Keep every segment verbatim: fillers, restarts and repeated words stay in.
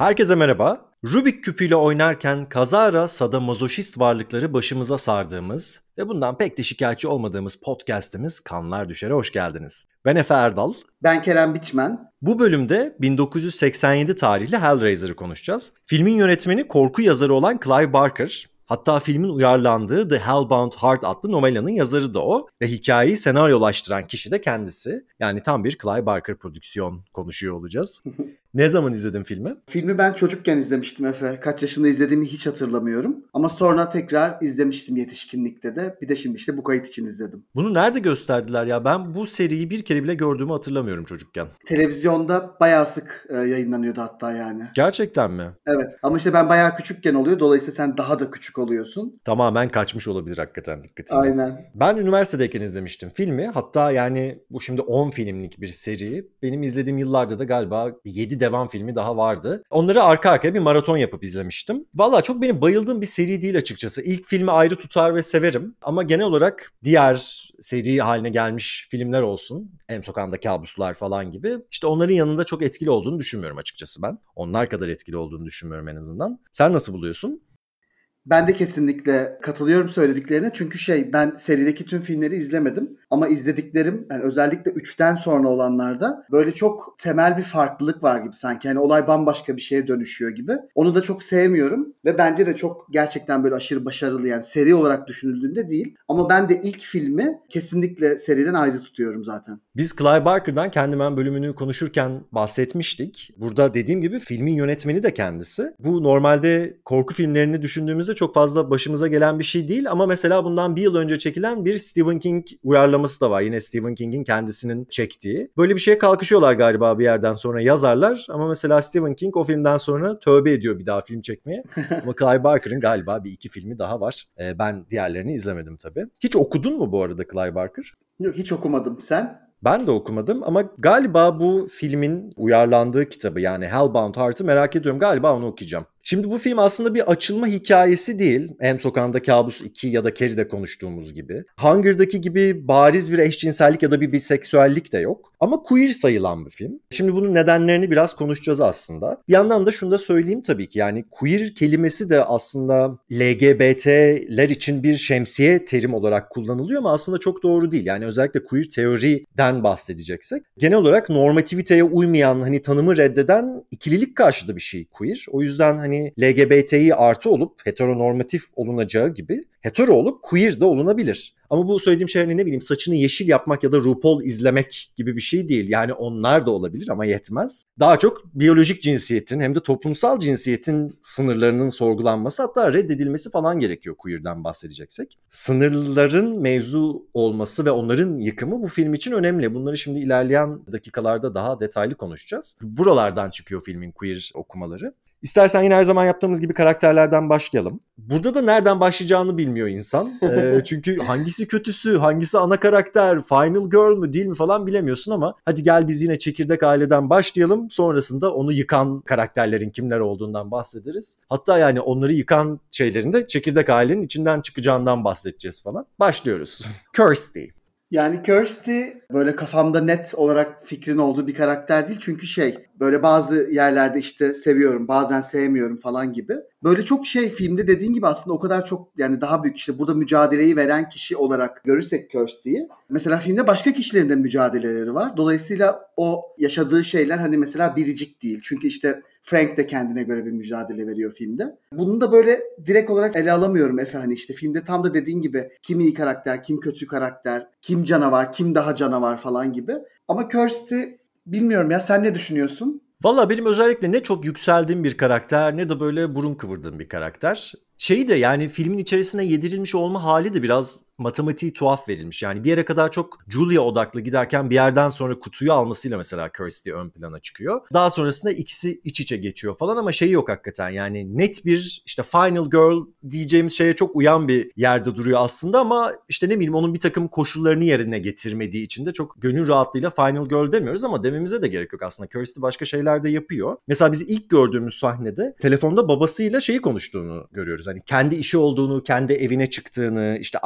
Herkese merhaba. Rubik küpüyle oynarken kazara sadomazoşist varlıkları başımıza sardığımız ve bundan pek de şikayetçi olmadığımız podcast'imiz Kanlar Düşer'e hoş geldiniz. Ben Efe Erdal. Ben Kerem Biçmen. Bu bölümde bin dokuz yüz seksen yedi tarihli Hellraiser'ı konuşacağız. Filmin yönetmeni korku yazarı olan Clive Barker. Hatta filmin uyarlandığı The Hellbound Heart adlı novellanın yazarı da o ve hikayeyi senaryolaştıran kişi de kendisi. Yani tam bir Clive Barker prodüksiyon konuşuyor olacağız. Ne zaman izledin filmi? Filmi ben çocukken izlemiştim Efe. Kaç yaşında izlediğimi hiç hatırlamıyorum. Ama sonra tekrar izlemiştim yetişkinlikte de. Bir de şimdi işte bu kayıt için izledim. Bunu nerede gösterdiler ya? Ben bu seriyi bir kere bile gördüğümü hatırlamıyorum çocukken. Televizyonda bayağı sık e, yayınlanıyordu hatta yani. Gerçekten mi? Evet ama işte ben bayağı küçükken oluyor. Dolayısıyla sen daha da küçük oluyorsun. Tamamen kaçmış olabilir hakikaten dikkatimden. Aynen. Ben üniversitedeyken izlemiştim filmi. Hatta yani bu şimdi on filmlik bir seri. Benim izlediğim yıllarda da galiba yedi devam filmi daha vardı. Onları arka arkaya bir maraton yapıp izlemiştim. Valla çok benim bayıldığım bir seri değil açıkçası. İlk filmi ayrı tutar ve severim. Ama genel olarak diğer seri haline gelmiş filmler olsun. Em Sokağı'nda Kabuslar falan gibi. İşte onların yanında çok etkili olduğunu düşünmüyorum açıkçası ben. Onlar kadar etkili olduğunu düşünmüyorum en azından. Sen nasıl buluyorsun? Ben de kesinlikle katılıyorum söylediklerine. Çünkü şey ben serideki tüm filmleri izlemedim. Ama izlediklerim yani özellikle üçten sonra olanlarda böyle çok temel bir farklılık var gibi sanki. Yani olay bambaşka bir şeye dönüşüyor gibi. Onu da çok sevmiyorum. Ve bence de çok gerçekten böyle aşırı başarılı yani seri olarak düşünüldüğünde değil. Ama ben de ilk filmi kesinlikle seriden ayrı tutuyorum zaten. Biz Clive Barker'dan Candyman bölümünü konuşurken bahsetmiştik. Burada dediğim gibi filmin yönetmeni de kendisi. Bu normalde korku filmlerini düşündüğümüzde çok fazla başımıza gelen bir şey değil ama mesela bundan bir yıl önce çekilen bir Stephen King uyarlaması da var. Yine Stephen King'in kendisinin çektiği. Böyle bir şeye kalkışıyorlar galiba bir yerden sonra yazarlar ama mesela Stephen King o filmden sonra tövbe ediyor bir daha film çekmeye. Ama Clive Barker'ın galiba bir iki filmi daha var. Ee, ben diğerlerini izlemedim tabii. Hiç okudun mu bu arada Clive Barker? Yok, hiç okumadım. Sen? Ben de okumadım ama galiba bu filmin uyarlandığı kitabı yani Hellbound Heart'ı merak ediyorum. Galiba onu okuyacağım. Şimdi bu film aslında bir açılma hikayesi değil. Em Sokağı'nda Kabus iki ya da Carrie'de konuştuğumuz gibi. Hunger'daki gibi bariz bir eşcinsellik ya da bir biseksüellik de yok. Ama queer sayılan bir film. Şimdi bunun nedenlerini biraz konuşacağız aslında. Bir yandan da şunu da söyleyeyim tabii ki. Yani queer kelimesi de aslında L G B T'ler için bir şemsiye terim olarak kullanılıyor ama aslında çok doğru değil. Yani özellikle queer teoriden bahsedeceksek. Genel olarak normativiteye uymayan, hani tanımı reddeden ikililik karşıtı bir şey queer. O yüzden hani Hani L G B T'yi artı olup heteronormatif olunacağı gibi hetero olup queer de olunabilir. Ama bu söylediğim şey hani ne bileyim saçını yeşil yapmak ya da RuPaul izlemek gibi bir şey değil. Yani onlar da olabilir ama yetmez. Daha çok biyolojik cinsiyetin hem de toplumsal cinsiyetin sınırlarının sorgulanması hatta reddedilmesi falan gerekiyor queer'den bahsedeceksek. Sınırların mevzu olması ve onların yıkımı bu film için önemli. Bunları şimdi ilerleyen dakikalarda daha detaylı konuşacağız. Buralardan çıkıyor filmin queer okumaları. İstersen yine her zaman yaptığımız gibi karakterlerden başlayalım. Burada da nereden başlayacağını bilmiyor insan. E, çünkü hangisi kötüsü, hangisi ana karakter, final girl mü değil mi falan bilemiyorsun ama hadi gel biz yine çekirdek aileden başlayalım. Sonrasında onu yıkan karakterlerin kimler olduğundan bahsederiz. Hatta yani onları yıkan şeylerin de çekirdek ailenin içinden çıkacağından bahsedeceğiz falan. Başlıyoruz. Kirsty. Yani Kirsty böyle kafamda net olarak fikrin olduğu bir karakter değil. Çünkü şey böyle bazı yerlerde işte seviyorum bazen sevmiyorum falan gibi. Böyle çok şey filmde dediğin gibi aslında o kadar çok yani daha büyük işte burada mücadeleyi veren kişi olarak görürsek Kirsty'yi. Mesela filmde başka kişilerin de mücadeleleri var. Dolayısıyla o yaşadığı şeyler hani mesela biricik değil. Çünkü işte Frank de kendine göre bir mücadele veriyor filmde. Bunu da böyle direkt olarak ele alamıyorum Efe. Hani işte filmde tam da dediğin gibi kim iyi karakter, kim kötü karakter, kim canavar, kim daha canavar falan gibi. Ama Kirsty bilmiyorum ya sen ne düşünüyorsun? Valla benim özellikle ne çok yükseldiğim bir karakter ne de böyle burun kıvırdığım bir karakter. Şeyi de yani filmin içerisine yedirilmiş olma hali de biraz matematiği tuhaf verilmiş. Yani bir yere kadar çok Julia odaklı giderken bir yerden sonra kutuyu almasıyla mesela Kirsty ön plana çıkıyor. Daha sonrasında ikisi iç içe geçiyor falan ama şeyi yok hakikaten. Yani net bir işte final girl diyeceğimiz şeye çok uyan bir yerde duruyor aslında ama işte ne bileyim onun bir takım koşullarını yerine getirmediği için de çok gönül rahatlığıyla final girl demiyoruz ama dememize de gerek yok aslında. Kirsty başka şeyler de yapıyor. Mesela biz ilk gördüğümüz sahnede telefonda babasıyla şeyi konuştuğunu görüyoruz. Hani kendi işi olduğunu, kendi evine çıktığını, işte aileden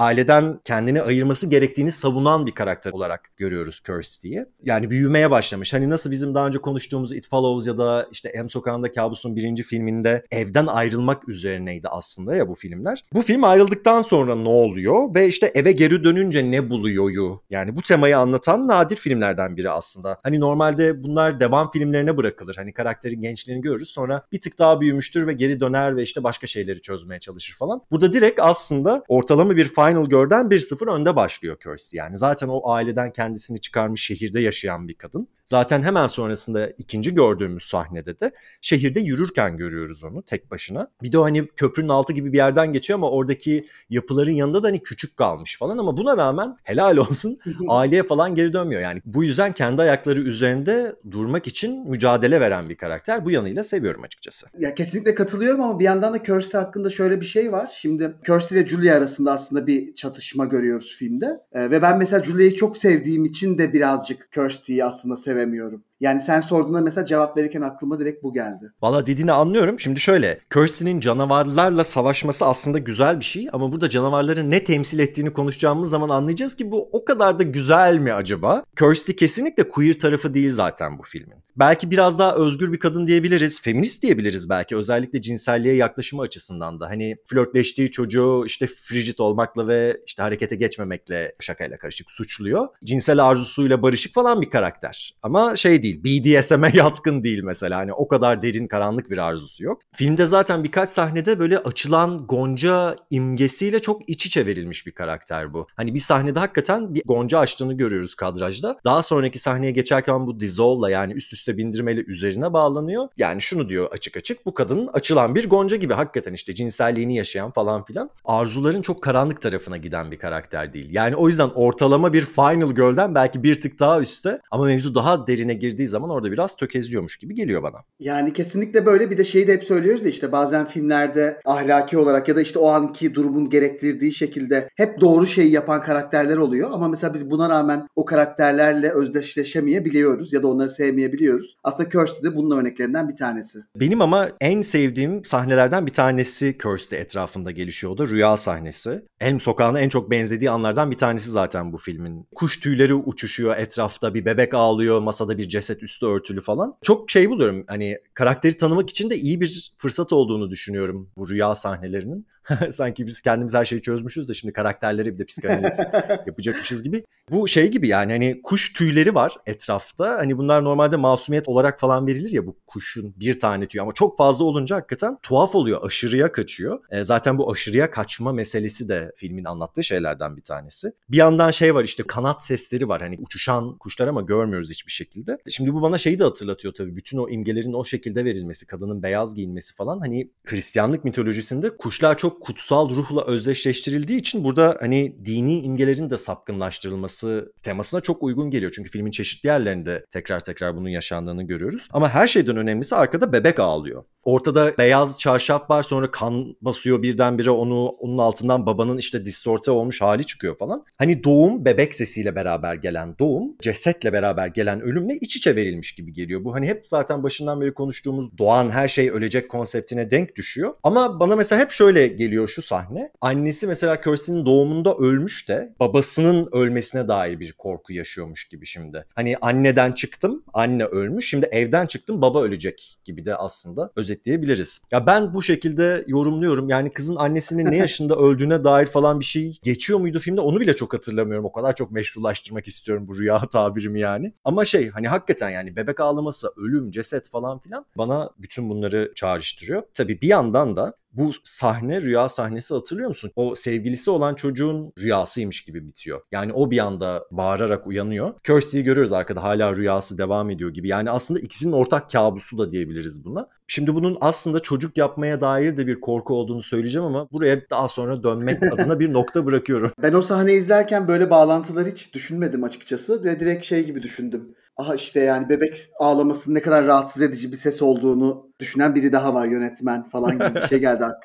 ailesinden kendini ayırması gerektiğini savunan bir karakter olarak görüyoruz Kirsty'yi. Yani büyümeye başlamış. Hani nasıl bizim daha önce konuştuğumuz It Follows ya da işte M Sokağında Kabus'un birinci filminde evden ayrılmak üzerineydi aslında ya bu filmler. Bu film ayrıldıktan sonra ne oluyor ve işte eve geri dönünce ne buluyor? Yani bu temayı anlatan nadir filmlerden biri aslında. Hani normalde bunlar devam filmlerine bırakılır. Hani karakterin gençliğini görürüz, sonra bir tık daha büyümüştür ve geri döner ve işte başka şeyleri çözmeye çalışır falan. Burada direkt aslında ortalama bir Final Girl'den bir sıfır önde başlıyor Kirsty. Yani zaten o aileden kendisini çıkarmış, şehirde yaşayan bir kadın. Zaten hemen sonrasında ikinci gördüğümüz sahnede de şehirde yürürken görüyoruz onu tek başına. Bir de o hani köprünün altı gibi bir yerden geçiyor ama oradaki yapıların yanında da hani küçük kalmış falan, ama buna rağmen helal olsun aileye falan geri dönmüyor. Yani bu yüzden kendi ayakları üzerinde durmak için mücadele veren bir karakter. Bu yanıyla seviyorum açıkçası. Ya kesinlikle katılıyorum ama bir yandan da Kirsty hakkında şöyle bir şey var. Şimdi Kirsty ile Julia arasında aslında bir çatışma görüyoruz filmde. Ee, ve ben mesela Julia'yı çok sevdiğim için de birazcık Kirsty'yi aslında sevemiyorum. Yani sen sorduğunda mesela cevap verirken aklıma direkt bu geldi. Valla dediğini anlıyorum. Şimdi şöyle, Kirsty'nin canavarlarla savaşması aslında güzel bir şey ama burada canavarların ne temsil ettiğini konuşacağımız zaman anlayacağız ki bu o kadar da güzel mi acaba? Kirsty kesinlikle queer tarafı değil zaten bu filmin. Belki biraz daha özgür bir kadın diyebiliriz, feminist diyebiliriz belki, özellikle cinselliğe yaklaşımı açısından da. Hani flörtleştiği çocuğu işte frigid olmakla ve işte harekete geçmemekle şakayla karışık suçluyor. Cinsel arzusuyla barışık falan bir karakter. Ama şey değil, B D S M'e yatkın değil mesela. Hani o kadar derin karanlık bir arzusu yok. Filmde zaten birkaç sahnede böyle açılan gonca imgesiyle çok iç içe verilmiş bir karakter bu. Hani bir sahnede hakikaten bir gonca açtığını görüyoruz kadrajda. Daha sonraki sahneye geçerken bu dissolve'la, yani üst üste bindirmeyle üzerine bağlanıyor. Yani şunu diyor açık açık, bu kadın açılan bir gonca gibi, hakikaten işte cinselliğini yaşayan falan filan. Arzuların çok karanlık tarafına giden bir karakter değil. Yani o yüzden ortalama bir Final Girl'den belki bir tık daha üstte, ama mevzu daha derine girdiği zaman orada biraz tökezliyormuş gibi geliyor bana. Yani kesinlikle böyle. Bir de şeyi de hep söylüyoruz ya, işte bazen filmlerde ahlaki olarak ya da işte o anki durumun gerektirdiği şekilde hep doğru şeyi yapan karakterler oluyor. Ama mesela biz buna rağmen o karakterlerle özdeşleşemeyebiliyoruz ya da onları sevmeyebiliyoruz. Aslında Kirsty de bunun örneklerinden bir tanesi. Benim ama en sevdiğim sahnelerden bir tanesi Kirsty etrafında gelişiyor. O da rüya sahnesi. Elm Sokağı'na en çok benzediği anlardan bir tanesi zaten bu filmin. Kuş tüyleri uçuşuyor etrafta, bir bebek ağlıyor, masada bir ceset üstü örtülü falan. Çok şey buluyorum, hani karakteri tanımak için de iyi bir fırsat olduğunu düşünüyorum bu rüya sahnelerinin. Sanki biz kendimiz her şeyi çözmüşüz de şimdi karakterlere bir de psikanaliz yapacakmışız gibi. Bu şey gibi, yani hani kuş tüyleri var etrafta. Hani bunlar normalde masumiyet olarak falan verilir ya, bu kuşun bir tane tüyü, ama çok fazla olunca hakikaten tuhaf oluyor. Aşırıya kaçıyor. E, zaten bu aşırıya kaçma meselesi de filmin anlattığı şeylerden bir tanesi. Bir yandan şey var, işte kanat sesleri var. Hani uçuşan kuşlar ama görmüyoruz hiçbir şekilde. Şimdi bu bana şeyi de hatırlatıyor tabii. Bütün o imgelerin o şekilde verilmesi, kadının beyaz giyinmesi falan. Hani Hristiyanlık mitolojisinde kuşlar çok kutsal ruhla özdeşleştirildiği için burada hani dini imgelerin de sapkınlaştırılması temasına çok uygun geliyor. Çünkü filmin çeşitli yerlerinde tekrar tekrar bunun yaşandığını görüyoruz. Ama her şeyden önemlisi arkada bebek ağlıyor. Ortada beyaz çarşaf var, sonra kan basıyor birdenbire onu, onun altından babanın işte distorte olmuş hali çıkıyor falan. Hani doğum, bebek sesiyle beraber gelen doğum, cesetle beraber gelen ölümle iç içe verilmiş gibi geliyor. Bu hani hep zaten başından beri konuştuğumuz doğan her şey ölecek konseptine denk düşüyor. Ama bana mesela hep şöyle geliyor şu sahne. Annesi mesela Kirsty'nin doğumunda ölmüş de babasının ölmesine dair bir korku yaşıyormuş gibi şimdi. Hani anneden çıktım, anne ölmüş, şimdi evden çıktım, baba ölecek gibi de aslında özetleyebiliriz. Ya ben bu şekilde yorumluyorum. Yani kızın annesinin ne yaşında öldüğüne dair falan bir şey geçiyor muydu filmde, onu bile çok hatırlamıyorum. O kadar çok meşrulaştırmak istiyorum bu rüya tabirimi yani. Ama şey, hani hakikaten yani bebek ağlaması, ölüm, ceset falan filan bana bütün bunları çağrıştırıyor. Tabii bir yandan da bu sahne, rüya sahnesi, hatırlıyor musun? O sevgilisi olan çocuğun rüyasıymış gibi bitiyor. Yani o bir anda bağırarak uyanıyor. Kirsty'yi görüyoruz arkada, hala rüyası devam ediyor gibi. Yani aslında ikisinin ortak kabusu da diyebiliriz buna. Şimdi bunun aslında çocuk yapmaya dair de bir korku olduğunu söyleyeceğim ama buraya daha sonra dönmek adına bir nokta bırakıyorum. Ben o sahneyi izlerken böyle bağlantıları hiç düşünmedim açıkçası ve direkt şey gibi düşündüm. Aha işte yani bebek ağlamasının ne kadar rahatsız edici bir ses olduğunu düşünen biri daha var, yönetmen falan gibi bir şey geldi aklıma.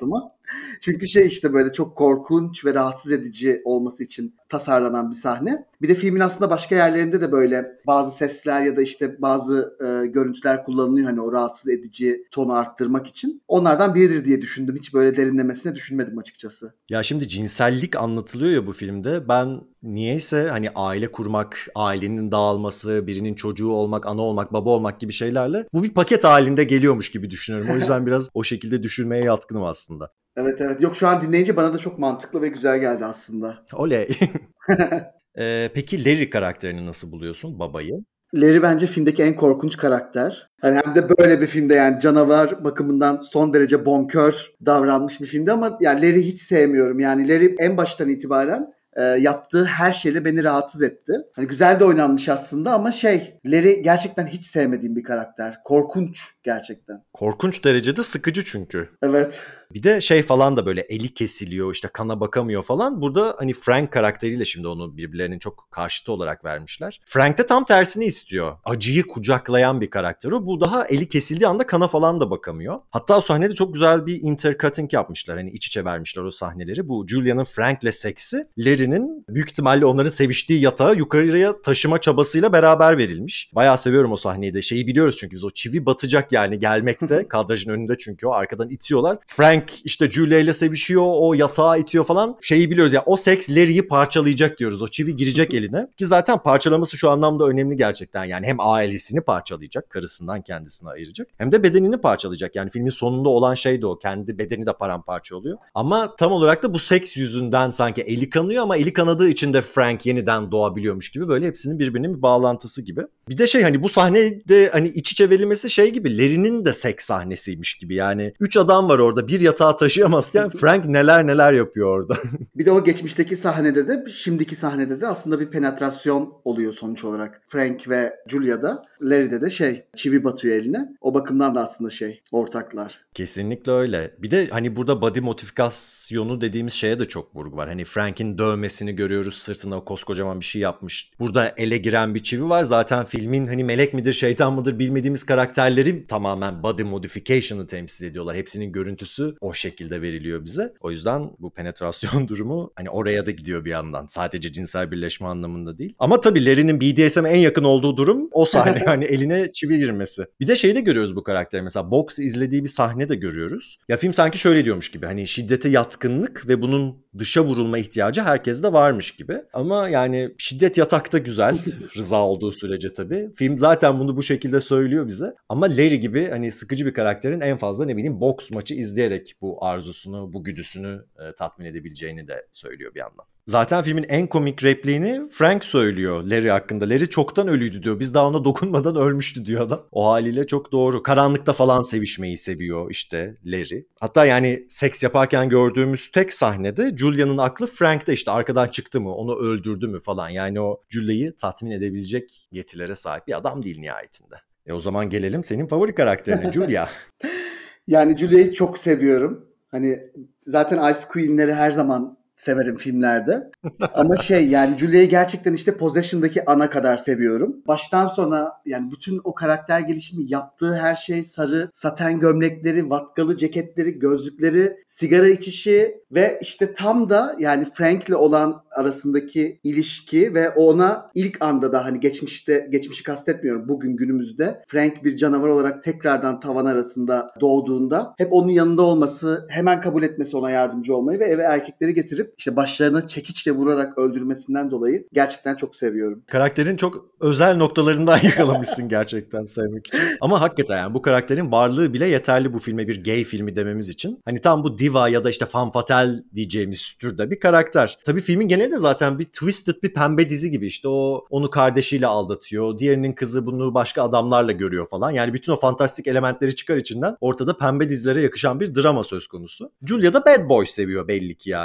Çünkü şey işte böyle çok korkunç ve rahatsız edici olması için tasarlanan bir sahne. Bir de filmin aslında başka yerlerinde de böyle bazı sesler ya da işte bazı e, görüntüler kullanılıyor hani o rahatsız edici tonu arttırmak için. Onlardan biridir diye düşündüm. Hiç böyle derinlemesine düşünmedim açıkçası. Ya şimdi cinsellik anlatılıyor ya bu filmde. Ben niyeyse hani aile kurmak, ailenin dağılması, birinin çocuğu olmak, ana olmak, baba olmak gibi şeylerle bu bir paket halinde geliyormuş gibi düşünüyorum. O yüzden biraz o şekilde düşünmeye yatkınım aslında. Evet evet. Yok şu an dinleyince bana da çok mantıklı ve güzel geldi aslında. Oley. Ee, peki Larry karakterini nasıl buluyorsun, babayı? Larry bence filmdeki en korkunç karakter. Hani hem de böyle bir filmde yani canavar bakımından son derece bonkör davranmış bir filmde ama yani Larry hiç sevmiyorum. Yani Larry en baştan itibaren e, yaptığı her şeyle beni rahatsız etti. Hani güzel de oynanmış aslında ama şey Larry gerçekten hiç sevmediğim bir karakter. Korkunç gerçekten. Korkunç derecede sıkıcı çünkü. Evet. Bir de şey falan da böyle eli kesiliyor işte kana bakamıyor falan. Burada hani Frank karakteriyle şimdi onu birbirlerinin çok karşıtı olarak vermişler. Frank de tam tersini istiyor. Acıyı kucaklayan bir karakter o. Bu daha eli kesildiği anda kana falan da bakamıyor. Hatta o sahnede çok güzel bir intercutting yapmışlar. Hani iç içe vermişler o sahneleri. Bu Julia'nın Frank'le seksi Larry'nin büyük ihtimalle onların seviştiği yatağı yukarıya taşıma çabasıyla beraber verilmiş. Bayağı seviyorum o sahneyi de. Şeyi biliyoruz çünkü biz o çivi batacak yani gelmekte. Kadrajın önünde çünkü o arkadan itiyorlar. Frank işte Julia ile sevişiyor, o yatağa itiyor falan. Şeyi biliyoruz ya o seks Larry'i parçalayacak diyoruz. O çivi girecek eline. Ki zaten parçalaması şu anlamda önemli gerçekten. Yani hem ailesini parçalayacak, karısından kendisini ayıracak. Hem de bedenini parçalayacak. Yani filmin sonunda olan şey de o. Kendi bedeni de paramparça oluyor. Ama tam olarak da bu seks yüzünden sanki eli kanıyor ama eli kanadığı için de Frank yeniden doğabiliyormuş gibi. Böyle hepsinin birbirinin bir bağlantısı gibi. Bir de şey hani bu sahnede hani iç içe verilmesi şey gibi Larry'nin de seks sahnesiymiş gibi. Yani üç adam var orada bir yatağa taşıyamazken Frank neler neler yapıyor orada. Bir de o geçmişteki sahnede de şimdiki sahnede de aslında bir penetrasyon oluyor sonuç olarak. Frank ve Julia'da. Larry'de de şey çivi batıyor eline. O bakımdan da aslında şey ortaklar. Kesinlikle öyle. Bir de hani burada body modifikasyonu dediğimiz şeye de çok vurgu var. Hani Frank'in dövmesini görüyoruz, sırtına koskocaman bir şey yapmış. Burada ele giren bir çivi var. Zaten filmin hani melek midir, şeytan mıdır bilmediğimiz karakterleri tamamen body modification'ı temsil ediyorlar. Hepsinin görüntüsü o şekilde veriliyor bize. O yüzden bu penetrasyon durumu hani oraya da gidiyor bir yandan. Sadece cinsel birleşme anlamında değil. Ama tabii Larry'nin B D S M'e en yakın olduğu durum o sahne. Hani eline çivi girmesi. Bir de şeyi de görüyoruz bu karakteri. Mesela boks izlediği bir sahne de görüyoruz. Ya film sanki şöyle diyormuş gibi. Hani şiddete yatkınlık ve bunun dışa vurulma ihtiyacı herkeste varmış gibi. Ama yani şiddet yatakta güzel. Rıza olduğu sürece tabii. Film zaten bunu bu şekilde söylüyor bize. Ama Larry gibi hani sıkıcı bir karakterin en fazla ne bileyim boks maçı izleyerek bu arzusunu, bu güdüsünü e, tatmin edebileceğini de söylüyor bir yandan. Zaten filmin en komik repliğini Frank söylüyor Larry hakkında. Larry çoktan ölüydü diyor. Biz daha ona dokunmadan ölmüştü diyor adam. O haliyle çok doğru. Karanlıkta falan sevişmeyi seviyor işte Larry. Hatta yani seks yaparken gördüğümüz tek sahnede Julia'nın aklı Frank'te işte arkadan çıktı mı, onu öldürdü mü falan. Yani o Julia'yı tatmin edebilecek yetilere sahip bir adam değil nihayetinde. E o zaman gelelim senin favori karakterine Julia. Yani Julia'yı çok seviyorum. Hani zaten Ice Queen'leri her zaman severim filmlerde. Ama şey yani Julia'yı gerçekten işte Possession'daki ana kadar seviyorum. Baştan sona yani bütün o karakter gelişimi yaptığı her şey sarı, saten gömlekleri, vatkalı ceketleri, gözlükleri, sigara içişi ve işte tam da yani Frank'le olan arasındaki ilişki ve ona ilk anda da hani geçmişte geçmişi kastetmiyorum bugün günümüzde Frank bir canavar olarak tekrardan tavan arasında doğduğunda hep onun yanında olması, hemen kabul etmesi ona yardımcı olmayı ve eve erkekleri getirip işte başlarına çekiçle vurarak öldürmesinden dolayı gerçekten çok seviyorum. Karakterin çok özel noktalarından yakalamışsın gerçekten sevmek için. Ama hakikaten yani bu karakterin varlığı bile yeterli bu filme bir gay filmi dememiz için. Hani tam bu diva ya da işte femme fatale diyeceğimiz türde bir karakter. Tabii filmin geneli de zaten bir twisted bir pembe dizi gibi işte o onu kardeşiyle aldatıyor. Diğerinin kızı bunu başka adamlarla görüyor falan. Yani bütün o fantastik elementleri çıkar içinden ortada pembe dizilere yakışan bir drama söz konusu. Julia da bad boy seviyor belli ki yani.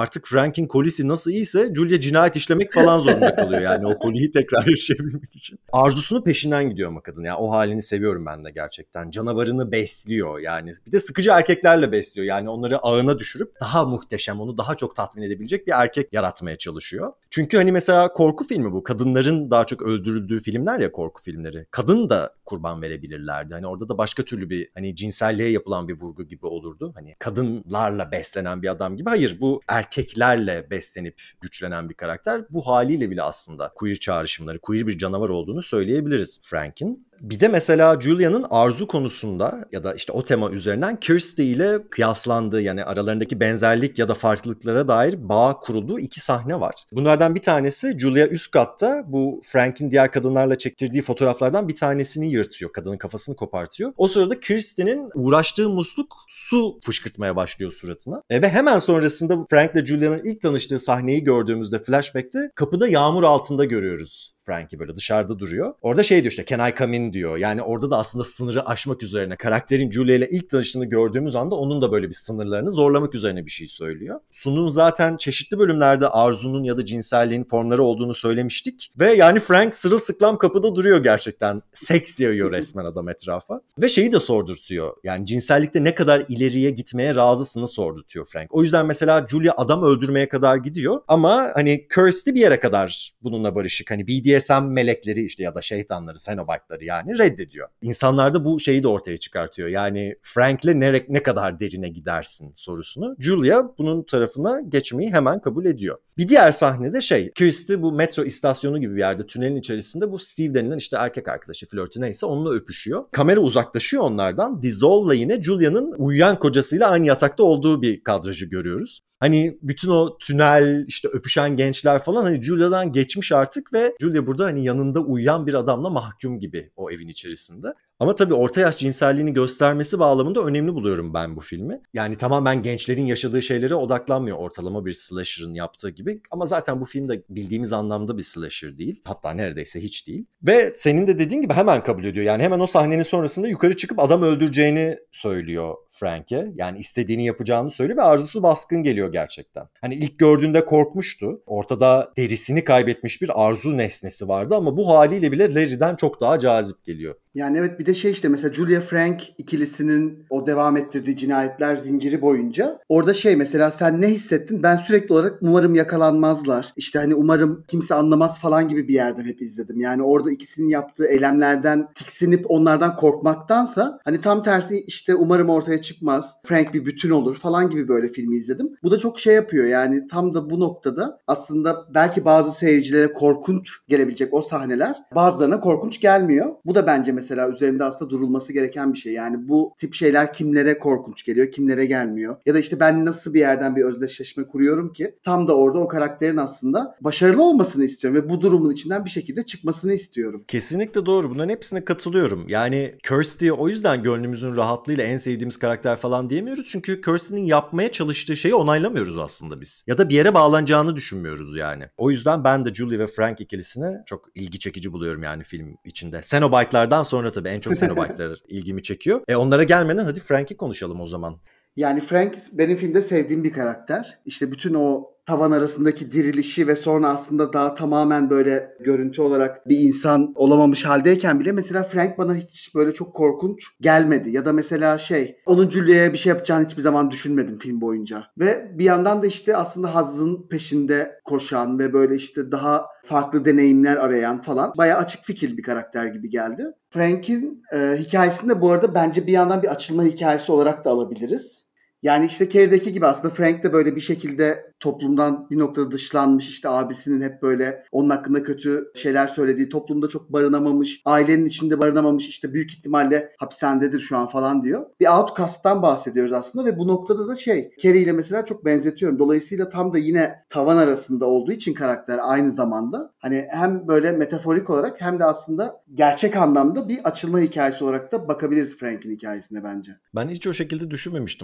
artık Frank'in kolisi nasıl iyiyse Julia cinayet işlemek falan zorunda kalıyor yani o koliyi tekrar yaşayabilmek için. Arzusunun peşinden gidiyor ama kadın ya, o halini seviyorum ben de gerçekten. Canavarını besliyor yani. Bir de sıkıcı erkeklerle besliyor yani, onları ağına düşürüp daha muhteşem, onu daha çok tatmin edebilecek bir erkek yaratmaya çalışıyor. Çünkü hani mesela korku filmi bu. Kadınların daha çok öldürüldüğü filmler ya korku filmleri. Kadın da kurban verebilirlerdi. Hani orada da başka türlü bir hani cinselliğe yapılan bir vurgu gibi olurdu. Hani kadınlarla beslenen bir adam gibi. Hayır, bu erkeklerle beslenip güçlenen bir karakter. Bu haliyle bile aslında queer çağrışımları, queer bir canavar olduğunu söyleyebiliriz Frank'in. Bir de mesela Julia'nın arzu konusunda ya da işte o tema üzerinden Kirsty ile kıyaslandığı, yani aralarındaki benzerlik ya da farklılıklara dair bağ kurulduğu iki sahne var. Bunlardan bir tanesi, Julia üst katta bu Frank'in diğer kadınlarla çektirdiği fotoğraflardan bir tanesini yırtıyor. Kadının kafasını kopartıyor. O sırada Kirsty'nin uğraştığı musluk su fışkırtmaya başlıyor suratına. E ve hemen sonrasında Frank ile Julia'nın ilk tanıştığı sahneyi gördüğümüzde flashback'te kapıda yağmur altında görüyoruz Frank'i, böyle dışarıda duruyor. Orada şey diyor işte, "Can I come in?" diyor. Yani orada da aslında sınırı aşmak üzerine, karakterin Julia ile ilk tanıştığını gördüğümüz anda onun da böyle bir sınırlarını zorlamak üzerine bir şey söylüyor. Sun'un zaten çeşitli bölümlerde arzunun ya da cinselliğin formları olduğunu söylemiştik. Ve yani Frank sırılsıklam kapıda duruyor gerçekten. Seks yayıyor resmen adam etrafa. Ve şeyi de sordurtuyor. Yani cinsellikte ne kadar ileriye gitmeye razısını sordurtuyor Frank. O yüzden mesela Julia adam öldürmeye kadar gidiyor. Ama hani Kirsty bir yere kadar bununla barışık. Hani B D S M melekleri işte ya da şeytanları, Cenobite'ları yani reddediyor. İnsanlarda bu şeyi de ortaya çıkartıyor. Yani Frank'le ne, ne kadar derine gidersin sorusunu. Julia bunun tarafına geçmeyi hemen kabul ediyor. Bir diğer sahnede şey, Kirsty bu metro istasyonu gibi bir yerde, tünelin içerisinde bu Steve denilen işte erkek arkadaşı, flörtü neyse, onunla öpüşüyor. Kamera uzaklaşıyor onlardan. Dissolve'la yine Julia'nın uyuyan kocasıyla aynı yatakta olduğu bir kadrajı görüyoruz. Hani bütün o tünel, işte öpüşen gençler falan hani Julia'dan geçmiş artık ve Julia burada hani yanında uyuyan bir adamla mahkum gibi o evin içerisinde. Ama tabii orta yaş cinselliğini göstermesi bağlamında önemli buluyorum ben bu filmi. Yani tamamen gençlerin yaşadığı şeylere odaklanmıyor, ortalama bir slasher'ın yaptığı gibi. Ama zaten bu film de bildiğimiz anlamda bir slasher değil. Hatta neredeyse hiç değil. Ve senin de dediğin gibi hemen kabul ediyor. Yani hemen o sahnenin sonrasında yukarı çıkıp adam öldüreceğini söylüyor Frank'e. Yani istediğini yapacağını söylüyor ve arzusu baskın geliyor gerçekten. Hani ilk gördüğünde korkmuştu. Ortada derisini kaybetmiş bir arzu nesnesi vardı ama bu haliyle bile Larry'den çok daha cazip geliyor. Yani evet, bir de şey işte mesela Julia Frank ikilisinin o devam ettirdiği cinayetler zinciri boyunca orada şey mesela, sen ne hissettin? Ben sürekli olarak umarım yakalanmazlar. İşte hani umarım kimse anlamaz falan gibi bir yerden hep izledim. Yani orada ikisinin yaptığı eylemlerden tiksinip onlardan korkmaktansa hani tam tersi işte umarım ortaya çıkmaz, Frank bir bütün olur falan gibi böyle filmi izledim. Bu da çok şey yapıyor yani, tam da bu noktada aslında belki bazı seyircilere korkunç gelebilecek o sahneler bazılarına korkunç gelmiyor. Bu da bence mesela üzerinde aslında durulması gereken bir şey. Yani bu tip şeyler kimlere korkunç geliyor, kimlere gelmiyor. Ya da işte ben nasıl bir yerden bir özdeşleşme kuruyorum ki tam da orada o karakterin aslında başarılı olmasını istiyorum ve bu durumun içinden bir şekilde çıkmasını istiyorum. Kesinlikle doğru. Bunların hepsine katılıyorum. Yani Kirsty'ye o yüzden gönlümüzün rahatlığıyla en sevdiğimiz karakter falan diyemiyoruz. Çünkü Kirsty'nin yapmaya çalıştığı şeyi onaylamıyoruz aslında biz. Ya da bir yere bağlanacağını düşünmüyoruz yani. O yüzden ben de Julie ve Frank ikilisini çok ilgi çekici buluyorum yani film içinde. Cenobite'lardan sonra tabii en çok Cenobite'lar ilgimi çekiyor. E onlara gelmeden hadi Frank'i konuşalım o zaman. Yani Frank benim filmde sevdiğim bir karakter. İşte bütün o tavan arasındaki dirilişi ve sonra aslında daha tamamen böyle görüntü olarak bir insan olamamış haldeyken bile mesela Frank bana hiç böyle çok korkunç gelmedi. Ya da mesela şey, onun Julia'ya bir şey yapacağını hiçbir zaman düşünmedim film boyunca. Ve bir yandan da işte aslında hazzın peşinde koşan ve böyle işte daha farklı deneyimler arayan falan bayağı açık fikirli bir karakter gibi geldi. Frank'in e, hikayesini de bu arada bence bir yandan bir açılma hikayesi olarak da alabiliriz. Yani işte Carrie'deki gibi aslında Frank de böyle bir şekilde toplumdan bir noktada dışlanmış, işte abisinin hep böyle onun hakkında kötü şeyler söylediği, toplumda çok barınamamış, ailenin içinde barınamamış, işte büyük ihtimalle hapishanededir şu an falan diyor. Bir outcast'tan bahsediyoruz aslında ve bu noktada da şey, Carrie ile mesela çok benzetiyorum. Dolayısıyla tam da yine tavan arasında olduğu için karakter aynı zamanda hani hem böyle metaforik olarak hem de aslında gerçek anlamda bir açılma hikayesi olarak da bakabiliriz Frank'in hikayesine bence. Ben hiç o şekilde düşünmemiştim açıkçası.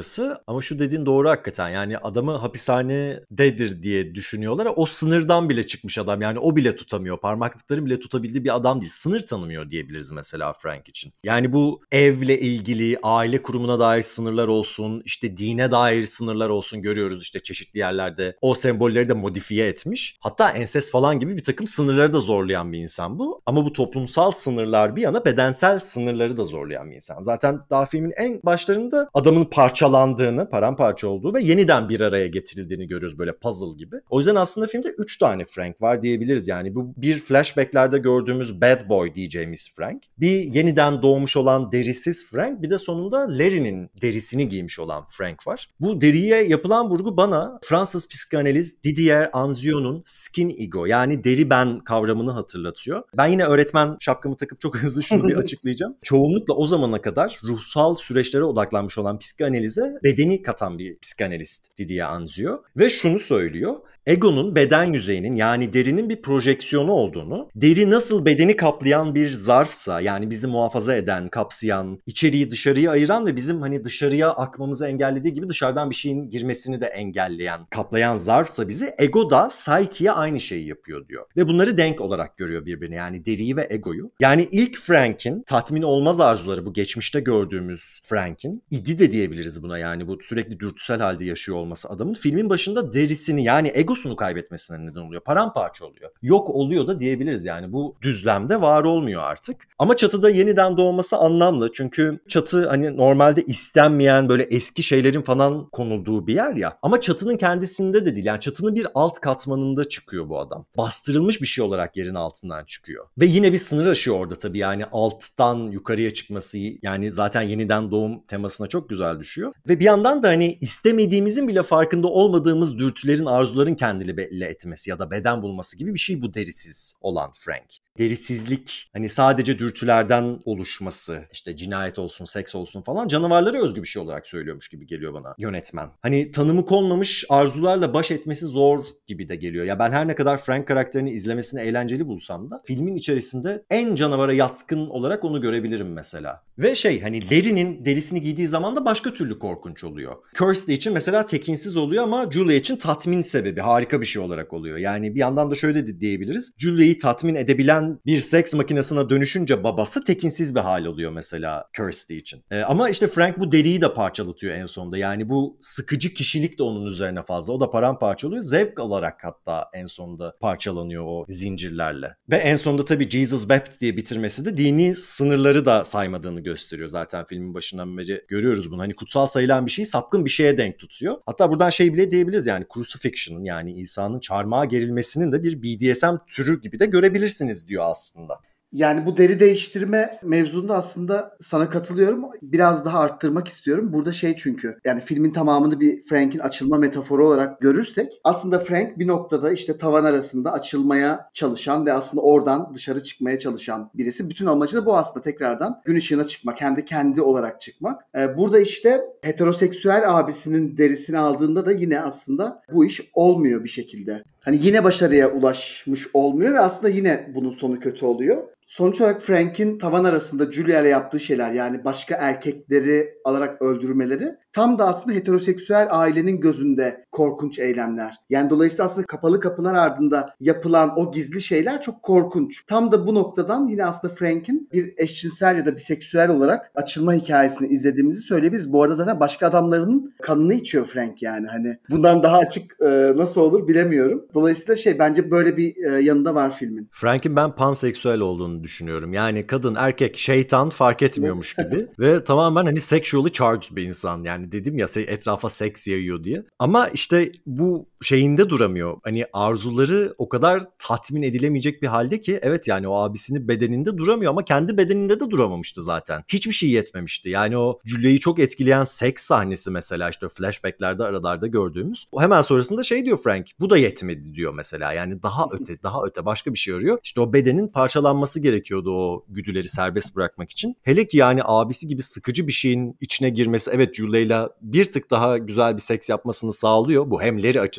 orası ama şu dediğin doğru hakikaten. Yani adamı hapishanededir diye düşünüyorlar. O sınırdan bile çıkmış adam. Yani o bile tutamıyor. Parmaklıkları bile tutabildiği bir adam değil. Sınır tanımıyor diyebiliriz mesela Frank için. Yani bu evle ilgili, aile kurumuna dair sınırlar olsun, işte dine dair sınırlar olsun, görüyoruz işte çeşitli yerlerde. O sembolleri de modifiye etmiş. Hatta ensest falan gibi bir takım sınırları da zorlayan bir insan bu. Ama bu toplumsal sınırlar bir yana, bedensel sınırları da zorlayan bir insan. Zaten daha filmin en başlarında adamın parçalandığını, paramparça olduğu ve yeniden bir araya getirildiğini görüyoruz böyle puzzle gibi. O yüzden aslında filmde üç tane Frank var diyebiliriz yani. Bu bir flashbacklerde gördüğümüz bad boy diyeceğimiz Frank. Bir yeniden doğmuş olan derisiz Frank. Bir de sonunda Larry'nin derisini giymiş olan Frank var. Bu deriye yapılan vurgu bana Fransız psikanaliz Didier Anzion'un skin ego yani deri ben kavramını hatırlatıyor. Ben yine öğretmen şapkamı takıp çok hızlı şunu bir açıklayacağım. Çoğunlukla o zamana kadar ruhsal süreçlere odaklanmış olan psikanalize bedeni katan bir psikanalist Didier Anzio ve şunu söylüyor. Egonun beden yüzeyinin yani derinin bir projeksiyonu olduğunu, deri nasıl bedeni kaplayan bir zarfsa yani bizi muhafaza eden, kapsayan, içeriği dışarıya ayıran ve bizim hani dışarıya akmamızı engellediği gibi dışarıdan bir şeyin girmesini de engelleyen, kaplayan zarfsa bizi, ego da psyche'ye aynı şeyi yapıyor diyor. Ve bunları denk olarak görüyor birbirine yani deriyi ve egoyu. Yani ilk Frank'in tatmin olmaz arzuları, bu geçmişte gördüğümüz Frank'in, idi de diyebiliriz buna yani bu sürekli dürtüsel halde yaşıyor olması adamın filmin başında derisini yani egosunu kaybetmesine neden oluyor. Paramparça oluyor. Yok oluyor da diyebiliriz yani bu düzlemde var olmuyor artık. Ama çatıda yeniden doğması anlamlı çünkü çatı hani normalde istenmeyen böyle eski şeylerin falan konulduğu bir yer ya. Ama çatının kendisinde de değil yani çatının bir alt katmanında çıkıyor bu adam. Bastırılmış bir şey olarak yerin altından çıkıyor. Ve yine bir sınır aşıyor orada tabii yani alttan yukarıya çıkması yani zaten yeniden doğum temasına çok güzel düşüyor. Ve bir yandan da hani istemediğimizin bile farkında olmadığımız dürtülerin, arzuların kendini belli etmesi ya da beden bulması gibi bir şey bu derisiz olan Frank. Derisizlik hani sadece dürtülerden oluşması, işte cinayet olsun, seks olsun falan canavarlara özgü bir şey olarak söylüyormuş gibi geliyor bana yönetmen. Hani tanımı konmamış arzularla baş etmesi zor gibi de geliyor. Ya ben her ne kadar Frank karakterini izlemesini eğlenceli bulsam da filmin içerisinde en canavara yatkın olarak onu görebilirim mesela. Ve şey hani Larry'nin derisini giydiği zaman da başka türlü korkunç oluyor. Kirsty için mesela tekinsiz oluyor ama Julia için tatmin sebebi, harika bir şey olarak oluyor. Yani bir yandan da şöyle de diyebiliriz. Julia'yı tatmin edebilen bir seks makinesine dönüşünce babası tekinsiz bir hal oluyor mesela Kirsty için. Ee, ama işte Frank bu deriyi de parçalatıyor en sonunda. Yani bu sıkıcı kişilik de onun üzerine fazla. O da paramparça oluyor. Zevk alarak hatta en sonunda parçalanıyor o zincirlerle. Ve en sonunda tabii Jesus Wept diye bitirmesi de dini sınırları da saymadığını gösteriyor. Zaten filmin başından beri görüyoruz bunu. Hani kutsal sayılan bir şeyi sapkın bir şeye denk tutuyor. Hatta buradan şey bile diyebiliriz yani crucifixion yani İsa'nın çarmıha gerilmesinin de bir B D S M türü gibi de görebilirsiniz diyor aslında. Yani bu deri değiştirme mevzunda aslında sana katılıyorum. Biraz daha arttırmak istiyorum. Burada şey çünkü yani filmin tamamını bir Frank'in açılma metaforu olarak görürsek aslında Frank bir noktada işte tavan arasında açılmaya çalışan ve aslında oradan dışarı çıkmaya çalışan birisi. Bütün amacı da bu aslında tekrardan gün ışığına çıkmak. Hem de kendi olarak çıkmak. Ee, burada işte heteroseksüel abisinin derisini aldığında da yine aslında bu iş olmuyor bir şekilde. Hani yine başarıya ulaşmış olmuyor ve aslında yine bunun sonu kötü oluyor. Sonuç olarak Frank'in tavan arasında Julia ile yaptığı şeyler yani başka erkekleri alarak öldürmeleri tam da aslında heteroseksüel ailenin gözünde korkunç eylemler. Yani dolayısıyla aslında kapalı kapılar ardında yapılan o gizli şeyler çok korkunç. Tam da bu noktadan yine aslında Frank'in bir eşcinsel ya da biseksüel olarak açılma hikayesini izlediğimizi söyleyebiliriz. Bu arada zaten başka adamların kanını içiyor Frank yani. Hani bundan daha açık e, nasıl olur bilemiyorum. Dolayısıyla şey bence böyle bir e, yanında var filmin. Frank'in ben panseksüel olduğunu düşünüyorum. Yani kadın, erkek, şeytan fark etmiyormuş gibi. Ve tamamen hani sexually charged bir insan. Yani dedim ya etrafa seks yayıyor diye. Ama işte bu şeyinde duramıyor. Hani arzuları o kadar tatmin edilemeyecek bir halde ki evet yani o abisinin bedeninde duramıyor ama kendi bedeninde de duramamıştı zaten. Hiçbir şey yetmemişti. Yani o Julia'yı çok etkileyen seks sahnesi mesela işte flashbacklerde aralarda gördüğümüz. O hemen sonrasında şey diyor Frank, bu da yetmedi diyor mesela. Yani daha öte, daha öte başka bir şey arıyor. İşte o bedenin parçalanması gerekiyordu o güdüleri serbest bırakmak için. Hele ki yani abisi gibi sıkıcı bir şeyin içine girmesi evet Julia'yla bir tık daha güzel bir seks yapmasını sağlıyor. Bu hem Larry açısından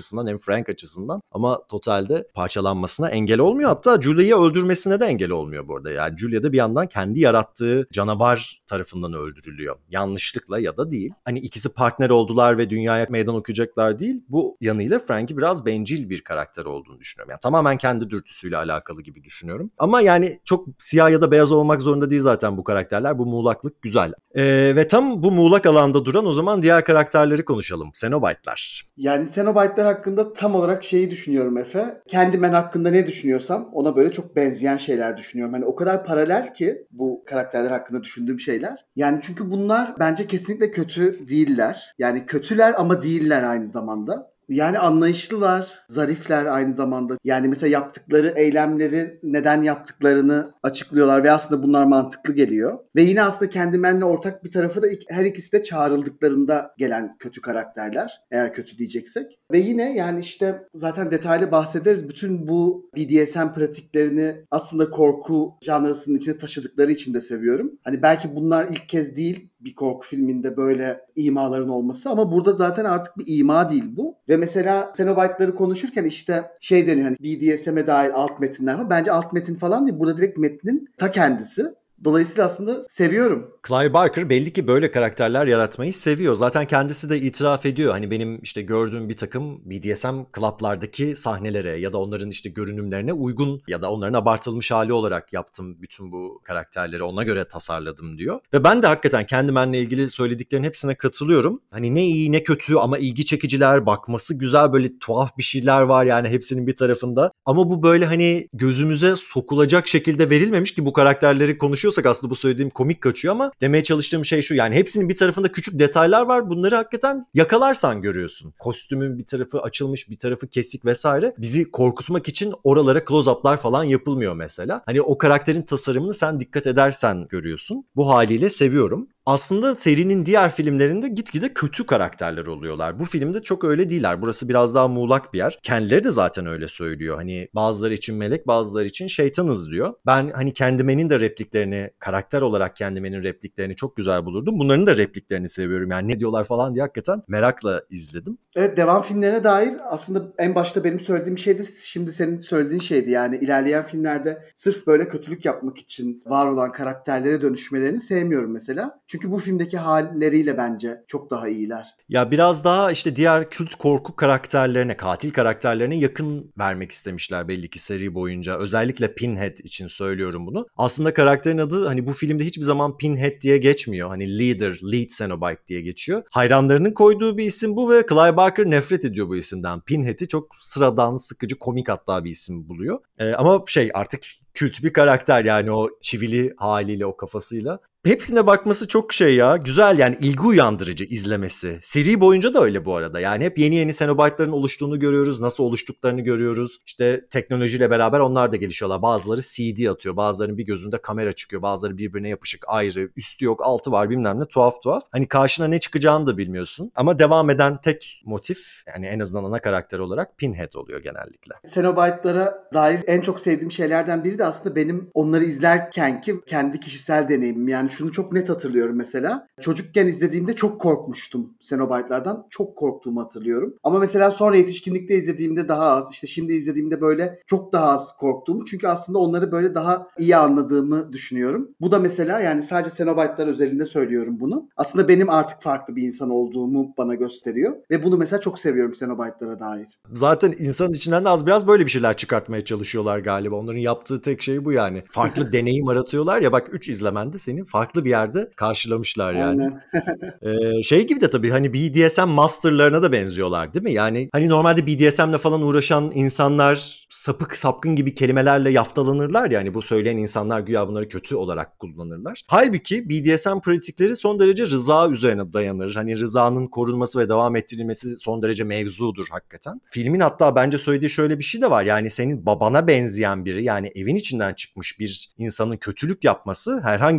açısından hem Frank açısından, ama totalde parçalanmasına engel olmuyor. Hatta Julia'yı öldürmesine de engel olmuyor bu arada. Yani Julia da bir yandan kendi yarattığı canavar tarafından öldürülüyor. Yanlışlıkla ya da değil. Hani ikisi partner oldular ve dünyaya meydan okuyacaklar değil. Bu yanıyla Frank'i biraz bencil bir karakter olduğunu düşünüyorum. Yani tamamen kendi dürtüsüyle alakalı gibi düşünüyorum. Ama yani çok siyah ya da beyaz olmak zorunda değil zaten bu karakterler. Bu muğlaklık güzel. Ee, ve tam bu muğlak alanda duran o zaman diğer karakterleri konuşalım. Cenobite'lar. Yani Cenobite'lar hakkında tam olarak şeyi düşünüyorum Efe. Candyman hakkında ne düşünüyorsam ona böyle çok benzeyen şeyler düşünüyorum. Hani o kadar paralel ki bu karakterler hakkında düşündüğüm şeyler. Yani çünkü bunlar bence kesinlikle kötü değiller. Yani kötüler ama değiller aynı zamanda. Yani anlayışlılar, zarifler aynı zamanda. Yani mesela yaptıkları eylemleri neden yaptıklarını açıklıyorlar ve aslında bunlar mantıklı geliyor. Ve yine aslında Candyman'le ortak bir tarafı da her ikisi de çağrıldıklarında gelen kötü karakterler. Eğer kötü diyeceksek. Ve yine yani işte zaten detaylı bahsederiz. Bütün bu B D S M pratiklerini aslında korku janrasının içine taşıdıkları için de seviyorum. Hani belki bunlar ilk kez değil bir korku filminde böyle imaların olması, ama burada zaten artık bir ima değil bu. Ve mesela Cenobite'ları konuşurken işte şey deniyor hani B D S M'e dair alt metinler var. Bence alt metin falan değil. Burada direkt metnin ta kendisi. Dolayısıyla aslında seviyorum. Clive Barker belli ki böyle karakterler yaratmayı seviyor. Zaten kendisi de itiraf ediyor. Hani benim işte gördüğüm bir takım B D S M club'lardaki sahnelere ya da onların işte görünümlerine uygun ya da onların abartılmış hali olarak yaptım bütün bu karakterleri, ona göre tasarladım diyor. Ve ben de hakikaten Candyman'le ilgili söylediklerin hepsine katılıyorum. Hani ne iyi ne kötü ama ilgi çekiciler, bakması güzel, böyle tuhaf bir şeyler var yani hepsinin bir tarafında. Ama bu böyle hani gözümüze sokulacak şekilde verilmemiş ki bu karakterleri konuşuyor. Aslında bu söylediğim komik kaçıyor ama demeye çalıştığım şey şu: yani hepsinin bir tarafında küçük detaylar var. Bunları hakikaten yakalarsan görüyorsun. Kostümün bir tarafı açılmış, bir tarafı kesik vesaire. Bizi korkutmak için oralara close-up'lar falan yapılmıyor mesela. Hani o karakterin tasarımını sen dikkat edersen görüyorsun. Bu haliyle seviyorum. Aslında serinin diğer filmlerinde gitgide kötü karakterler oluyorlar. Bu filmde çok öyle değiller. Burası biraz daha muğlak bir yer. Kendileri de zaten öyle söylüyor. Hani bazıları için melek, bazıları için şeytanız diyor. Ben hani Candyman'in de repliklerini, karakter olarak Candyman'in repliklerini çok güzel bulurdum. Bunların da repliklerini seviyorum. Yani ne diyorlar falan diye hakikaten merakla izledim. Evet, devam filmlerine dair aslında en başta benim söylediğim şeydi, şimdi senin söylediğin şeydi. Yani ilerleyen filmlerde sırf böyle kötülük yapmak için var olan karakterlere dönüşmelerini sevmiyorum mesela. Çünkü bu filmdeki halleriyle bence çok daha iyiler. Ya biraz daha işte diğer kült korku karakterlerine, katil karakterlerine yakın vermek istemişler belli ki seri boyunca. Özellikle Pinhead için söylüyorum bunu. Aslında karakterin adı hani bu filmde hiçbir zaman Pinhead diye geçmiyor. Hani Leader, Lead Cenobite diye geçiyor. Hayranlarının koyduğu bir isim bu ve Clive Barker nefret ediyor bu isimden. Pinhead'i çok sıradan, sıkıcı, komik hatta bir isim buluyor. Ee, ama şey artık kült bir karakter yani o çivili haliyle, o kafasıyla. Hepsine bakması çok şey ya. Güzel yani, ilgi uyandırıcı izlemesi. Seri boyunca da öyle bu arada. Yani hep yeni yeni Cenobite'ların oluştuğunu görüyoruz. Nasıl oluştuklarını görüyoruz. İşte teknolojiyle beraber onlar da gelişiyorlar. Bazıları C D atıyor. Bazılarının bir gözünde kamera çıkıyor. Bazıları birbirine yapışık ayrı. Üstü yok, altı var, bilmem ne, tuhaf tuhaf. Hani karşına ne çıkacağını da bilmiyorsun. Ama devam eden tek motif, yani en azından ana karakter olarak Pinhead oluyor genellikle. Cenobite'lara dair en çok sevdiğim şeylerden biri de aslında benim onları izlerkenki kendi kişisel deneyimim. Yani şunu çok net hatırlıyorum mesela. Çocukken izlediğimde çok korkmuştum Cenobite'lardan. Çok korktuğumu hatırlıyorum. Ama mesela sonra yetişkinlikte izlediğimde daha az, işte şimdi izlediğimde böyle çok daha az korktuğumu. Çünkü aslında onları böyle daha iyi anladığımı düşünüyorum. Bu da mesela yani sadece Cenobite'lar özelinde söylüyorum bunu. Aslında benim artık farklı bir insan olduğumu bana gösteriyor. Ve bunu mesela çok seviyorum Cenobite'lara dair. Zaten insanın içinden de az biraz böyle bir şeyler çıkartmaya çalışıyorlar galiba. Onların yaptığı tek şey bu yani. Farklı deneyim aratıyorlar ya, bak üç izlemende seni farklı bir yerde karşılamışlar yani. Aynen. Ee, şey gibi de tabii hani B D S M masterlarına da benziyorlar değil mi? Yani hani normalde B D S M'le falan uğraşan insanlar sapık sapkın gibi kelimelerle yaftalanırlar ya, hani bu söyleyen insanlar güya bunları kötü olarak kullanırlar. Halbuki B D S M pratikleri son derece rıza üzerine dayanır. Hani rızanın korunması ve devam ettirilmesi son derece mevzudur hakikaten. Filmin hatta bence söylediği şöyle bir şey de var. Yani senin babana benzeyen biri, yani evin içinden çıkmış bir insanın kötülük yapması herhangi bir B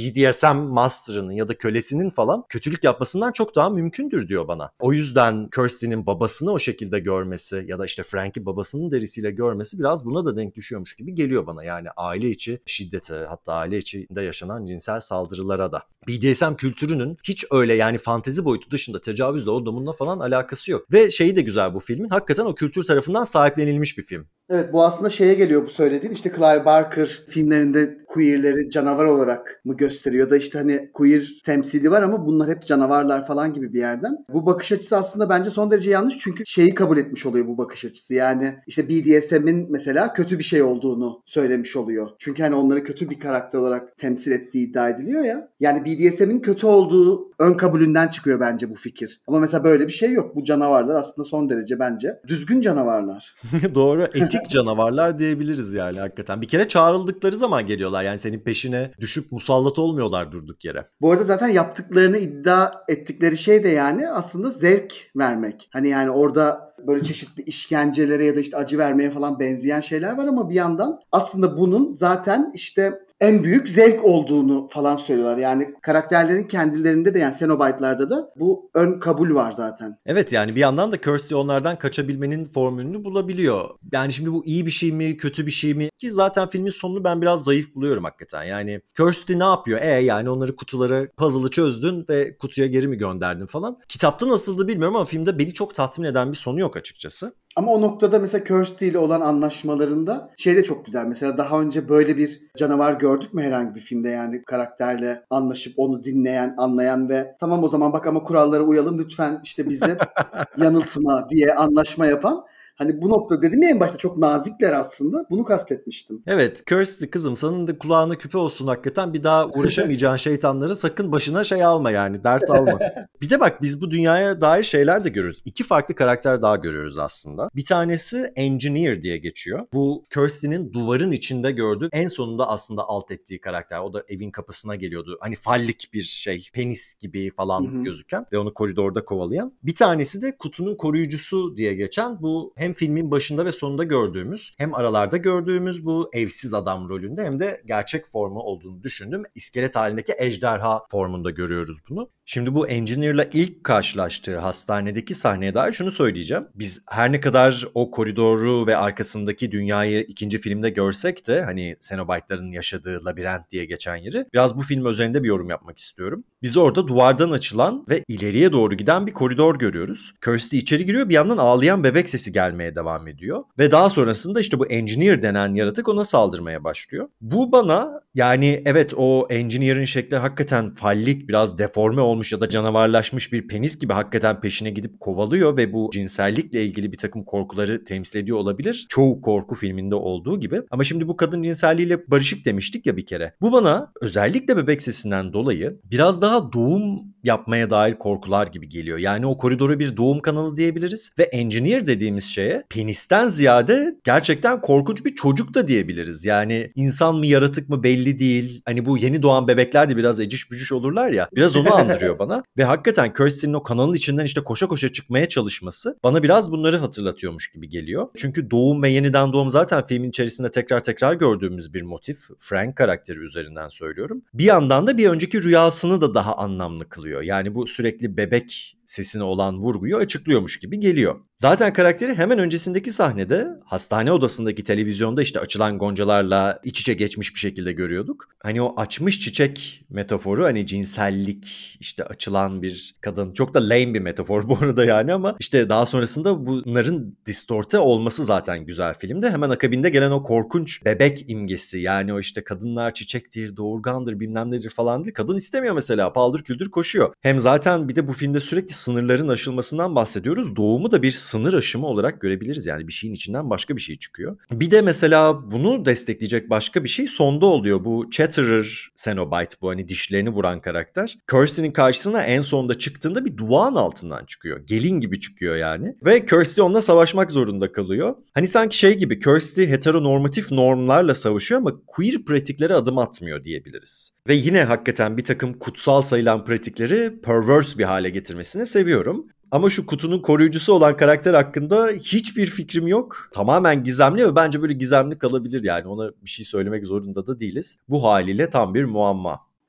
B D S M master'ının ya da kölesinin falan kötülük yapmasından çok daha mümkündür diyor bana. O yüzden Kirsty'nin babasını o şekilde görmesi ya da işte Frank'i babasının derisiyle görmesi biraz buna da denk düşüyormuş gibi geliyor bana. Yani aile içi şiddete, hatta aile içinde yaşanan cinsel saldırılara da. B D S M kültürünün hiç öyle yani fantezi boyutu dışında tecavüzle o bununla falan alakası yok. Ve şeyi de güzel bu filmin, hakikaten o kültür tarafından sahiplenilmiş bir film. Evet, bu aslında şeye geliyor bu söylediğin. İşte Clive Barker filmlerinde queerleri canavar olarak mı gösteriyor da işte hani queer temsili var ama bunlar hep canavarlar falan gibi bir yerden. Bu bakış açısı aslında bence son derece yanlış, çünkü şeyi kabul etmiş oluyor bu bakış açısı. Yani işte B D S M'in mesela kötü bir şey olduğunu söylemiş oluyor. Çünkü hani onları kötü bir karakter olarak temsil ettiği iddia ediliyor ya. Yani B D S M'in kötü olduğu ön kabulünden çıkıyor bence bu fikir. Ama mesela böyle bir şey yok. Bu canavarlar aslında son derece bence düzgün canavarlar. Doğru, etik canavarlar diyebiliriz yani hakikaten. Bir kere çağrıldıkları zaman geliyorlar, yani senin peşine düşüp musallat olmuyorlar durduk yere. Bu arada zaten yaptıklarını iddia ettikleri şey de yani aslında zevk vermek. Hani yani orada böyle çeşitli işkencelere ya da işte acı vermeye falan benzeyen şeyler var ama bir yandan aslında bunun zaten işte en büyük zevk olduğunu falan söylüyorlar. Yani karakterlerin kendilerinde de, yani Cenobite'larda da bu ön kabul var zaten. Evet, yani bir yandan da Kirsty onlardan kaçabilmenin formülünü bulabiliyor. Yani şimdi bu iyi bir şey mi, kötü bir şey mi? Ki zaten filmin sonunu ben biraz zayıf buluyorum hakikaten. Yani Kirsty ne yapıyor? E yani onları kutulara, puzzle'ı çözdün ve kutuya geri mi gönderdin falan. Kitapta nasıldı bilmiyorum ama filmde beni çok tatmin eden bir sonu yok açıkçası. Ama o noktada mesela Kirsty ile olan anlaşmalarında şey de çok güzel. Mesela daha önce böyle bir canavar gördük mü herhangi bir filmde, yani karakterle anlaşıp onu dinleyen, anlayan ve tamam o zaman bak ama kurallara uyalım lütfen işte bizi yanıltma diye anlaşma yapan. Hani bu nokta dedim ya en başta, çok nazikler aslında. Bunu kastetmiştim. Evet, Kirsty kızım, senin de kulağına küpe olsun hakikaten. Bir daha uğraşamayacağın şeytanları sakın başına şey alma, yani dert alma. Bir de bak, biz bu dünyaya dair şeyler de görüyoruz. İki farklı karakter daha görüyoruz aslında. Bir tanesi Engineer diye geçiyor. Bu Kirsty'nin duvarın içinde gördüğü, en sonunda aslında alt ettiği karakter. O da evin kapısına geliyordu. Hani fallik bir şey, penis gibi falan Hı hı. gözüken ve onu koridorda kovalayan. Bir tanesi de kutunun koruyucusu diye geçen, bu hem filmin başında ve sonunda gördüğümüz, hem aralarda gördüğümüz bu evsiz adam rolünde, hem de gerçek formu olduğunu düşündüm. İskelet halindeki ejderha formunda görüyoruz bunu. Şimdi bu Engineer'la ilk karşılaştığı hastanedeki sahneye dair şunu söyleyeceğim. Biz her ne kadar o koridoru ve arkasındaki dünyayı ikinci filmde görsek de, hani Cenobite'ların yaşadığı labirent diye geçen yeri, biraz bu film üzerinde bir yorum yapmak istiyorum. Biz orada duvardan açılan ve ileriye doğru giden bir koridor görüyoruz. Kirsty içeri giriyor, bir yandan ağlayan bebek sesi gelmeye devam ediyor. Ve daha sonrasında işte bu Engineer denen yaratık ona saldırmaya başlıyor. Bu bana, yani evet, o Engineer'in şekli hakikaten fallik, biraz deforme olmuş ya da canavarlaşmış bir penis gibi hakikaten peşine gidip kovalıyor ve bu cinsellikle ilgili bir takım korkuları temsil ediyor olabilir. Çoğu korku filminde olduğu gibi. Ama şimdi bu kadın cinselliğiyle barışık demiştik ya bir kere. Bu bana özellikle bebek sesinden dolayı biraz daha doğum yapmaya dair korkular gibi geliyor. Yani o koridoru bir doğum kanalı diyebiliriz ve Engineer dediğimiz şeye penisten ziyade gerçekten korkunç bir çocuk da diyebiliriz. Yani insan mı yaratık mı belli değil. Hani bu yeni doğan bebekler de biraz eciş bücüş olurlar ya. Biraz onu andırıyor bana. Ve hakikaten Kirsty'nin o kanalın içinden işte koşa koşa çıkmaya çalışması bana biraz bunları hatırlatıyormuş gibi geliyor. Çünkü doğum ve yeniden doğum zaten filmin içerisinde tekrar tekrar gördüğümüz bir motif. Frank karakteri üzerinden söylüyorum. Bir yandan da bir önceki rüyasını da daha anlamlı kılıyor. Yani bu sürekli bebek sesine olan vurguyu açıklıyormuş gibi geliyor. Zaten karakteri hemen öncesindeki sahnede hastane odasındaki televizyonda işte açılan goncalarla iç içe geçmiş bir şekilde görüyorduk. Hani o açmış çiçek metaforu, hani cinsellik, işte açılan bir kadın, çok da lame bir metafor bu arada yani, ama işte daha sonrasında bunların distorte olması zaten güzel filmde. Hemen akabinde gelen o korkunç bebek imgesi, yani o işte kadınlar çiçektir, doğurgandır, bilmem nedir falan değil. Kadın istemiyor mesela, paldır küldür koşuyor. Hem zaten bir de bu filmde sürekli sınırların aşılmasından bahsediyoruz. Doğumu da bir sınır aşımı olarak görebiliriz. Yani bir şeyin içinden başka bir şey çıkıyor. Bir de mesela bunu destekleyecek başka bir şey sonda oluyor. Bu Chatterer Cenobite, bu hani dişlerini vuran karakter, Kirsty'nin karşısına en sonda çıktığında bir duvağın altından çıkıyor. Gelin gibi çıkıyor yani. Ve Kirsty onunla savaşmak zorunda kalıyor. Hani sanki şey gibi, Kirsty heteronormatif normlarla savaşıyor ama queer pratiklere adım atmıyor diyebiliriz. Ve yine hakikaten bir takım kutsal sayılan pratikleri perverse bir hale getirmesini seviyorum. Ama şu kutunun koruyucusu olan karakter hakkında hiçbir fikrim yok. Tamamen gizemli ve bence böyle gizemli kalabilir yani. Ona bir şey söylemek zorunda da değiliz. Bu haliyle tam bir muamma.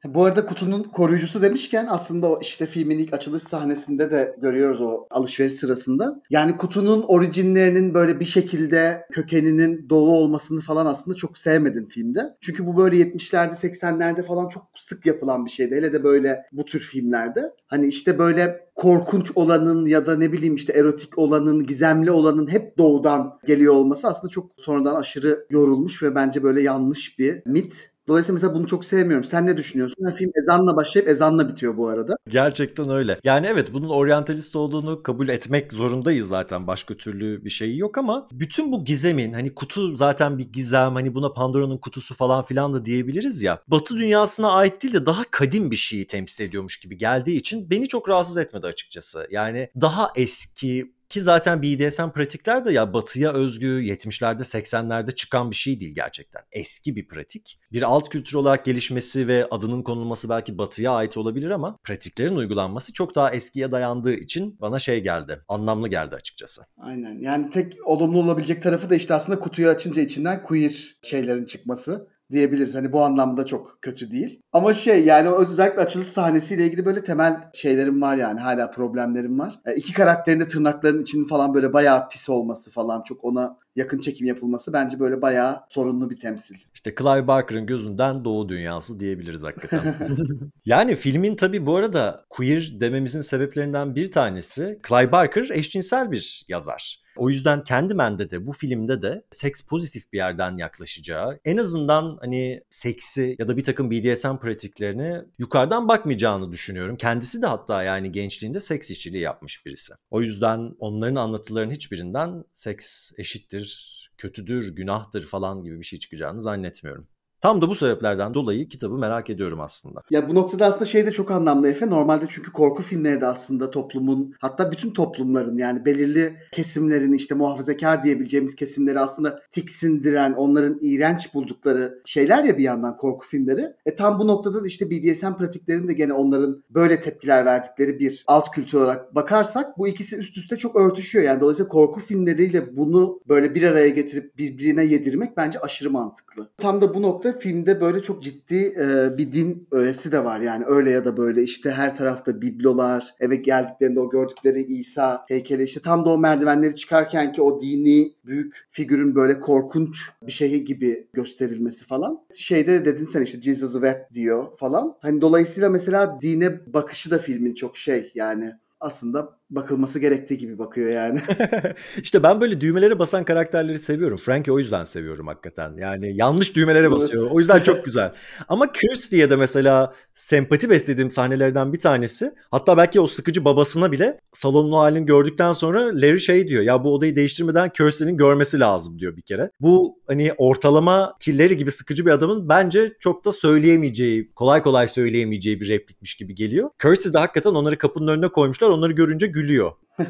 Bu arada kutunun koruyucusu demişken aslında o işte filmin ilk açılış sahnesinde de görüyoruz o alışveriş sırasında. Yani kutunun orijinlerinin böyle bir şekilde kökeninin doğu olmasını falan aslında çok sevmedim filmde. Çünkü bu böyle yetmişlerde seksenlerde falan çok sık yapılan bir şeydi. Hele de böyle bu tür filmlerde. Hani işte böyle korkunç olanın ya da ne bileyim işte erotik olanın, gizemli olanın hep doğudan geliyor olması aslında çok sonradan aşırı yorulmuş ve bence böyle yanlış bir mit. Dolayısıyla mesela bunu çok sevmiyorum. Sen ne düşünüyorsun? Yani film ezanla başlayıp ezanla bitiyor bu arada. Gerçekten öyle. Yani evet, bunun oryantalist olduğunu kabul etmek zorundayız zaten. Başka türlü bir şeyi yok ama bütün bu gizemin, hani kutu zaten bir gizem, hani buna Pandora'nın kutusu falan filan da diyebiliriz ya. Batı dünyasına ait değil de daha kadim bir şeyi temsil ediyormuş gibi geldiği için beni çok rahatsız etmedi açıkçası. Yani daha eski, ki zaten B D S M pratikler de ya batıya özgü, yetmişlerde seksenlerde çıkan bir şey değil gerçekten. Eski bir pratik. Bir alt kültür olarak gelişmesi ve adının konulması belki batıya ait olabilir ama pratiklerin uygulanması çok daha eskiye dayandığı için bana şey geldi, anlamlı geldi açıkçası. Aynen. Yani tek olumlu olabilecek tarafı da işte aslında kutuyu açınca içinden queer şeylerin çıkması diyebiliriz. Hani bu anlamda çok kötü değil. Ama şey yani o özellikle açılış sahnesiyle ilgili böyle temel şeylerim var yani. Hala problemlerim var. E, iki karakterin de tırnaklarının içinin falan böyle bayağı pis olması falan çok ona yakın çekim yapılması bence böyle bayağı sorunlu bir temsil. İşte Clive Barker'ın gözünden Doğu dünyası diyebiliriz hakikaten. Yani filmin tabii bu arada queer dememizin sebeplerinden bir tanesi, Clive Barker eşcinsel bir yazar. O yüzden Candyman'de de bu filmde de seks pozitif bir yerden yaklaşacağı, en azından hani seksi ya da bir takım B D S M pratiklerini yukarıdan bakmayacağını düşünüyorum. Kendisi de hatta yani gençliğinde seks işçiliği yapmış birisi. O yüzden onların anlatılarının hiçbirinden seks eşittir, kötüdür, günahtır falan gibi bir şey çıkacağını zannetmiyorum. Tam da bu sebeplerden dolayı kitabı merak ediyorum aslında. Ya bu noktada aslında şey de çok anlamlı Efe. Normalde çünkü korku filmleri de aslında toplumun hatta bütün toplumların yani belirli kesimlerin işte muhafazakar diyebileceğimiz kesimleri aslında tiksindiren, onların iğrenç buldukları şeyler ya bir yandan korku filmleri. E tam bu noktada da işte B D S M pratiklerinin de gene onların böyle tepkiler verdikleri bir alt kültür olarak bakarsak bu ikisi üst üste çok örtüşüyor. Yani dolayısıyla korku filmleriyle bunu böyle bir araya getirip birbirine yedirmek bence aşırı mantıklı. Tam da bu nokta filmde böyle çok ciddi e, bir din öğesi de var. Yani öyle ya da böyle işte her tarafta biblolar, eve geldiklerinde o gördükleri İsa heykeli işte tam da o merdivenleri çıkarken ki o dini büyük figürün böyle korkunç bir şey gibi gösterilmesi falan. Şeyde dedin sen işte Jesus wept diyor falan. Hani dolayısıyla mesela dine bakışı da filmin çok şey yani aslında bakılması gerektiği gibi bakıyor yani. İşte ben böyle düğmelere basan karakterleri seviyorum. Frank'i o yüzden seviyorum hakikaten. Yani yanlış düğmelere Evet. basıyor. O yüzden çok güzel. Ama Kirsty'ye de mesela sempati beslediğim sahnelerden bir tanesi. Hatta belki o sıkıcı babasına bile salonun o halini gördükten sonra Larry şey diyor. Ya bu odayı değiştirmeden Kirsty'nin görmesi lazım diyor bir kere. Bu hani ortalama ki Larry gibi sıkıcı bir adamın bence çok da söyleyemeyeceği, kolay kolay söyleyemeyeceği bir replikmiş gibi geliyor. Kirsty de hakikaten onları kapının önüne koymuşlar. Onları görünce gülüyor.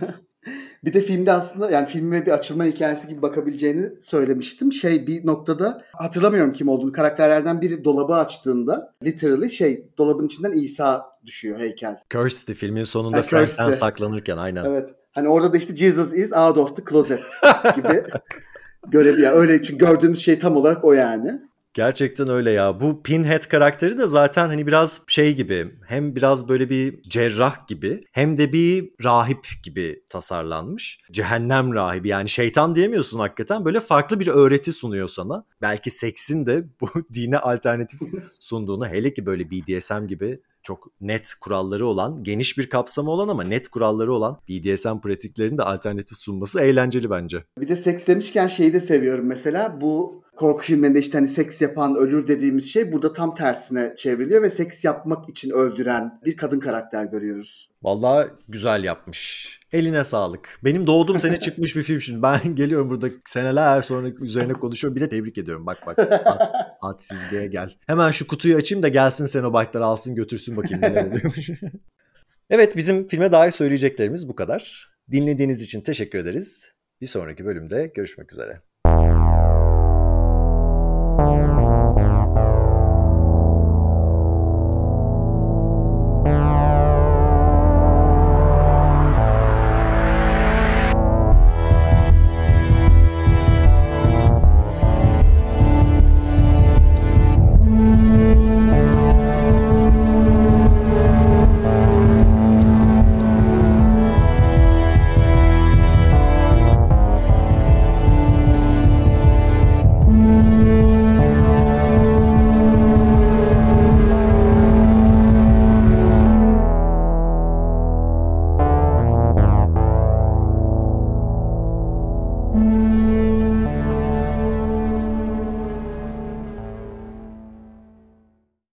Bir de filmde aslında yani filme bir açılma hikayesi gibi bakabileceğini söylemiştim. Şey bir noktada hatırlamıyorum kim olduğunu. Karakterlerden biri dolabı açtığında literally şey dolabın içinden İsa düşüyor heykel. Kirsty filmin sonunda Ha, Frank'ten Kirsty. saklanırken aynen. Evet. Hani orada da işte Jesus is out of the closet gibi görev ya öyle çünkü gördüğümüz şey tam olarak o yani. Gerçekten öyle ya. Bu Pinhead karakteri de zaten hani biraz şey gibi, hem biraz böyle bir cerrah gibi hem de bir rahip gibi tasarlanmış. Cehennem rahibi, yani şeytan diyemiyorsun hakikaten, böyle farklı bir öğreti sunuyor sana. Belki seksin de bu dine alternatif sunduğunu, hele ki böyle B D S M gibi çok net kuralları olan, geniş bir kapsamı olan ama net kuralları olan B D S M pratiklerinin de alternatif sunması eğlenceli bence. Bir de seks demişken şeyi de seviyorum mesela. Bu korku filmlerinde işte hani seks yapan ölür dediğimiz şey burada tam tersine çevriliyor ve seks yapmak için öldüren bir kadın karakter görüyoruz. Vallahi güzel yapmış. Eline sağlık. Benim doğduğum sene çıkmış bir film şimdi. Ben geliyorum burada seneler sonra üzerine konuşuyorum. Bir de tebrik ediyorum. Bak bak. Had, hadsizliğe gel. Hemen şu kutuyu açayım da gelsin Cenobite'lar alsın götürsün bakayım neler oluyormuş. Evet, bizim filme dair söyleyeceklerimiz bu kadar. Dinlediğiniz için teşekkür ederiz. Bir sonraki bölümde görüşmek üzere.